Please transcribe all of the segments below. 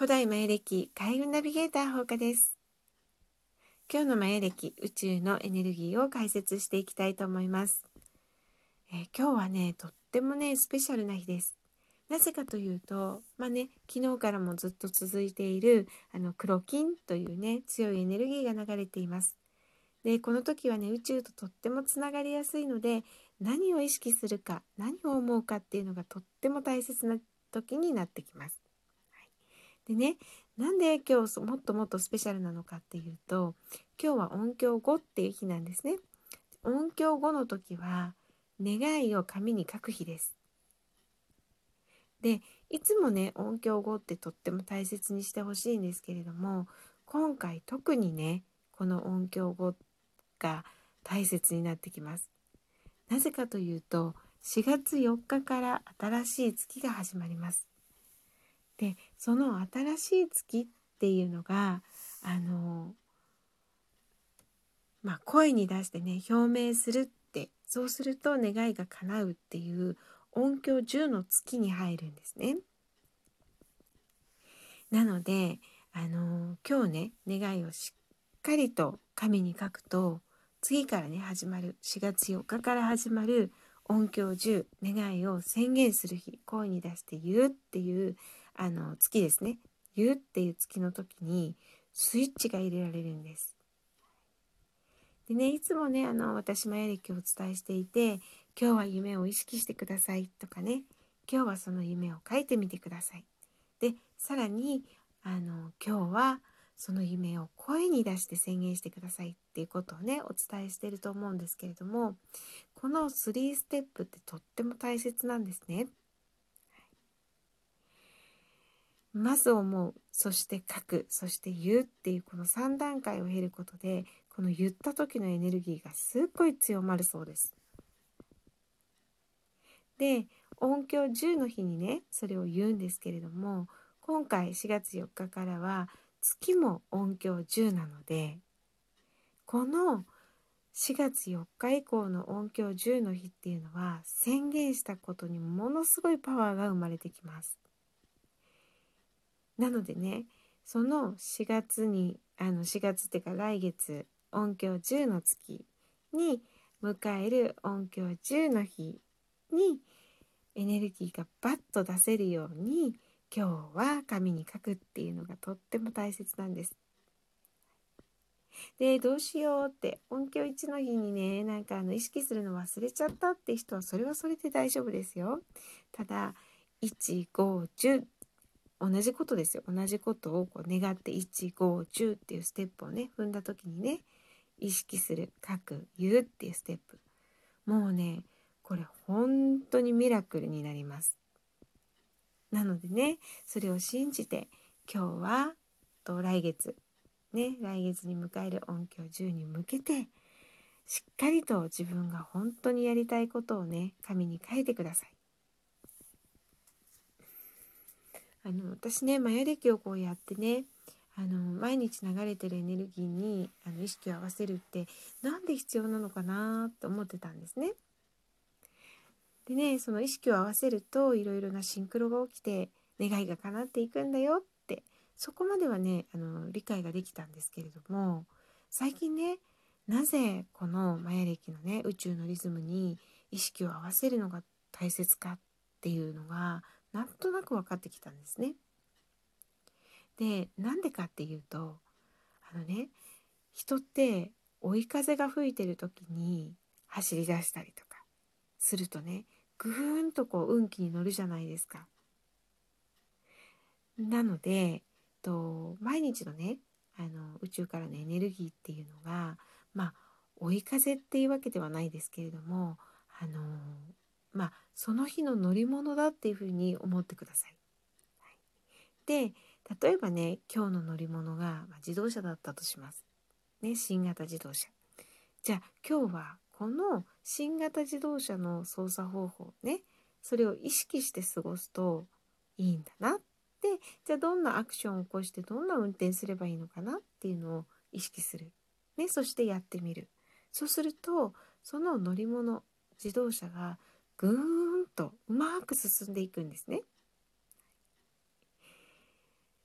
古代マヤ暦開運ナビゲーター放課です。今日のマヤ暦宇宙のエネルギーを解説していきたいと思います。今日はね、とってもねスペシャルな日です。なぜかというと、昨日からもずっと続いている黒金というね強いエネルギーが流れています。で、この時はね宇宙ととってもつながりやすいので、何を意識するか、何を思うかっていうのがとっても大切な時になってきます。でね、なんで今日もっともっとスペシャルなのかっていうと、今日は音響5っていう日なんですね。音響5の時は願いを紙に書く日です。で、いつもね音響5ってとっても大切にしてほしいんですけれども、今回特にねこの音響5が大切になってきます。なぜかというと、4月4日から新しい月が始まります。で、その新しい月っていうのが声に出してね表明するって、そうすると願いが叶うっていう音響10の月に入るんですね。なので今日ね願いをしっかりと紙に書くと、次からね始まる4月4日から始まる音響10、願いを宣言する日、声に出して言うっていう月ですね。言うっていう月の時にスイッチが入れられるんです。でね、いつもね私マヤ暦をお伝えしていて、今日は夢を意識してくださいとかね、今日はその夢を書いてみてください。で、さらに今日はその夢を声に出して宣言してくださいっていうことをねお伝えしていると思うんですけれども、この3ステップってとっても大切なんですね。まず思う、そして書く、そして言うっていうこの3段階を経ることで、この言った時のエネルギーがすっごい強まるそうです。で、音響10の日にねそれを言うんですけれども、今回4月4日からは月も音響10なので、この4月4日以降の音響10の日っていうのは、宣言したことにものすごいパワーが生まれてきます。なのでね、その4月に4月っていうか来月音響10の月に迎える音響10の日にエネルギーがバッと出せるように、今日は紙に書くっていうのがとっても大切なんです。で、どうしようって音響1の日にね意識するの忘れちゃったって人は、それはそれで大丈夫ですよ。ただ1、5、10、同じことですよ。同じことをこう願って1、5、10っていうステップをね踏んだ時にね、意識する、書く、言うっていうステップ、もうねこれ本当にミラクルになります。なのでね、それを信じて今日は来月に迎える音響10に向けて、しっかりと自分が本当にやりたいことをね紙に書いてください。私ねマヤ暦をこうやってね毎日流れてるエネルギーに意識を合わせるってなんで必要なのかなと思ってたんですね。でね、その意識を合わせるといろいろなシンクロが起きて願いが叶っていくんだよって、そこまではね理解ができたんですけれども、最近ねなぜこのマヤ暦のね宇宙のリズムに意識を合わせるのが大切かっていうのがなんとなく分かってきたんですね。で、なんでかっていうと人って追い風が吹いてる時に走り出したりとかするとね、ぐーんとこう運気に乗るじゃないですか。なので毎日のね宇宙からのエネルギーっていうのが追い風っていうわけではないですけれども、その日の乗り物だっていうふうに思ってください。で、例えばね今日の乗り物が、自動車だったとしますね、新型自動車。じゃあ今日はこの新型自動車の操作方法ね、それを意識して過ごすといいんだなって、じゃあどんなアクションを起こしてどんな運転すればいいのかなっていうのを意識する、ね、そしてやってみる。そうするとその乗り物、自動車がぐーんとうまく進んでいくんですね。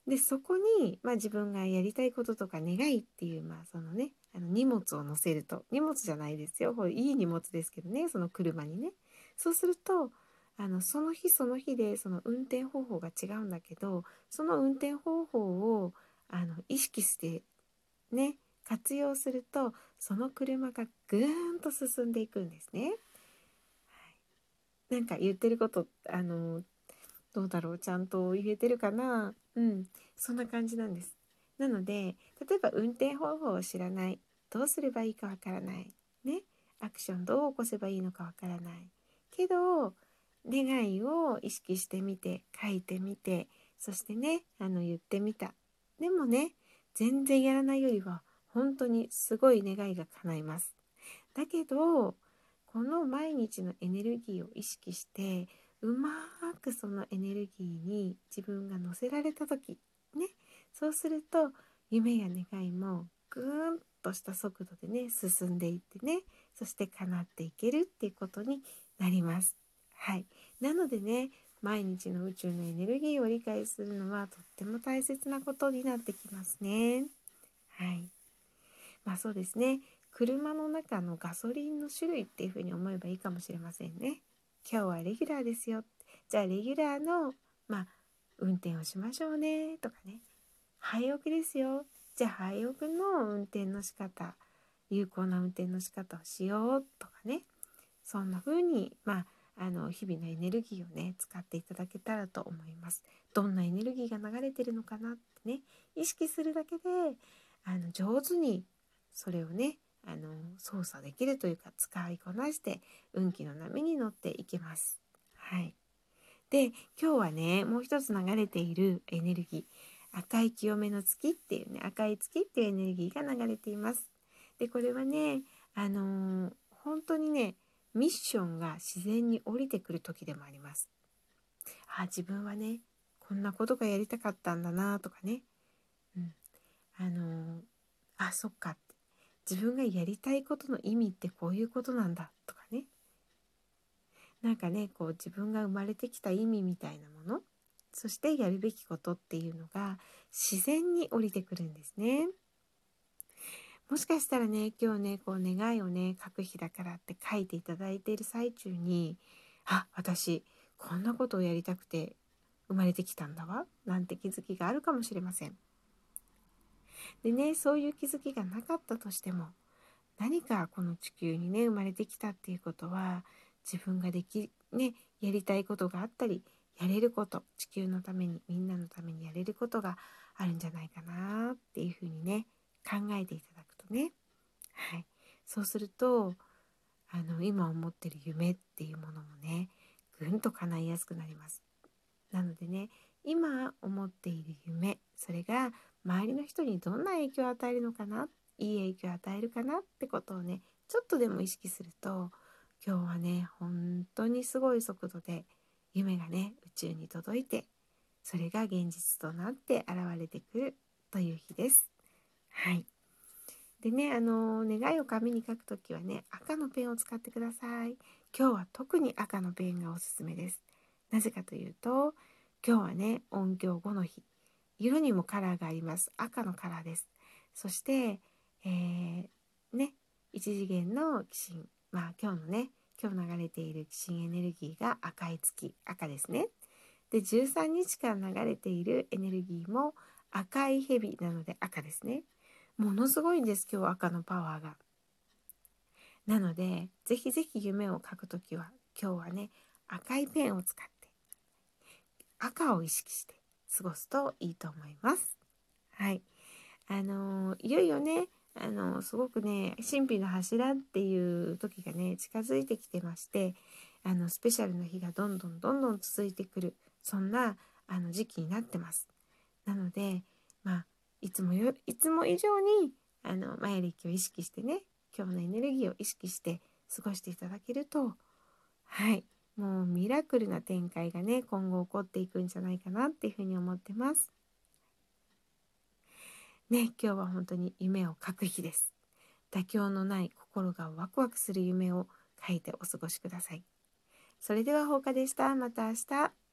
でそこに、自分がやりたいこととか願いっていう、そのね荷物を乗せると、荷物じゃないですよ、いい荷物ですけどね、その車にね。そうするとその日その日でその運転方法が違うんだけど、その運転方法を意識してね活用すると、その車がぐーんと進んでいくんですね。なんか言ってることどうだろう、ちゃんと言えてるかな。そんな感じなんです。なので例えば運転方法を知らない、どうすればいいかわからないね、アクションどう起こせばいいのかわからないけど、願いを意識してみて書いてみて、そしてね言ってみた。でもね、全然やらないよりは本当にすごい願いが叶います。だけどこの毎日のエネルギーを意識してうまくそのエネルギーに自分が乗せられた時ね、そうすると夢や願いもぐーんとした速度でね進んでいってね、そして叶っていけるっていうことになります。はい。なのでね、毎日の宇宙のエネルギーを理解するのはとっても大切なことになってきますね。はい。そうですね。車の中のガソリンの種類っていうふうに思えばいいかもしれませんね。今日はレギュラーですよ。じゃあレギュラーの、運転をしましょうねとかね。廃屋ですよ。じゃあ廃屋の運転の仕方、有効な運転の仕方をしようとかね。そんな風に、日々のエネルギーをね使っていただけたらと思います。どんなエネルギーが流れてるのかなってね、意識するだけで上手にそれをね操作できるというか、使いこなして運気の波に乗っていけます。はい。で今日はね、もう一つ流れているエネルギー、赤い清めの月っていうね、赤い月っていうエネルギーが流れています。でこれはね本当にね、ミッションが自然に降りてくる時でもあります。自分はねこんなことがやりたかったんだなとかね、うん、そっかって、自分がやりたいことの意味ってこういうことなんだとかね、なんかねこう自分が生まれてきた意味みたいなもの、そしてやるべきことっていうのが自然に降りてくるんですね。もしかしたらね、今日ねこう願いをね書く日だからって書いていただいている最中に、私こんなことをやりたくて生まれてきたんだわなんて気づきがあるかもしれません。でね、そういう気づきがなかったとしても、何かこの地球にね生まれてきたっていうことは、自分がやりたいことがあったり、やれること、地球のためにみんなのためにやれることがあるんじゃないかなっていうふうにね考えていただくとね、はい、そうすると今思ってる夢っていうものもねぐんと叶いやすくなります。なのでね、今思っている夢、それが周りの人にどんな影響を与えるのかな、いい影響を与えるかなってことをねちょっとでも意識すると、今日はね本当にすごい速度で夢がね宇宙に届いて、それが現実となって現れてくるという日です。はい。でね、願いを紙に書くときはね、赤のペンを使ってください。今日は特に赤のペンがおすすめです。なぜかというと、今日はね、音響5の日。色にもカラーがあります。赤のカラーです。そして、一次元の気神、今日のね、今日流れている気神エネルギーが赤い月、赤ですね。で、13日間流れているエネルギーも赤い蛇なので赤ですね。ものすごいんです、今日赤のパワーが。なのでぜひぜひ夢を描くときは、今日はね赤いペンを使って赤を意識して過ごすといいと思います。はい。いよいよねすごくね神秘の柱っていう時がね近づいてきてまして、スペシャルな日がどんどんどんどん続いてくる、そんな時期になってます。なのでいつも以上にマヤ暦を意識してね、今日のエネルギーを意識して過ごしていただけると、はい、もうミラクルな展開がね今後起こっていくんじゃないかなっていうふうに思ってますね。今日は本当に夢を書く日です。妥協のない心がワクワクする夢を書いてお過ごしください。それではほうかでした。また明日。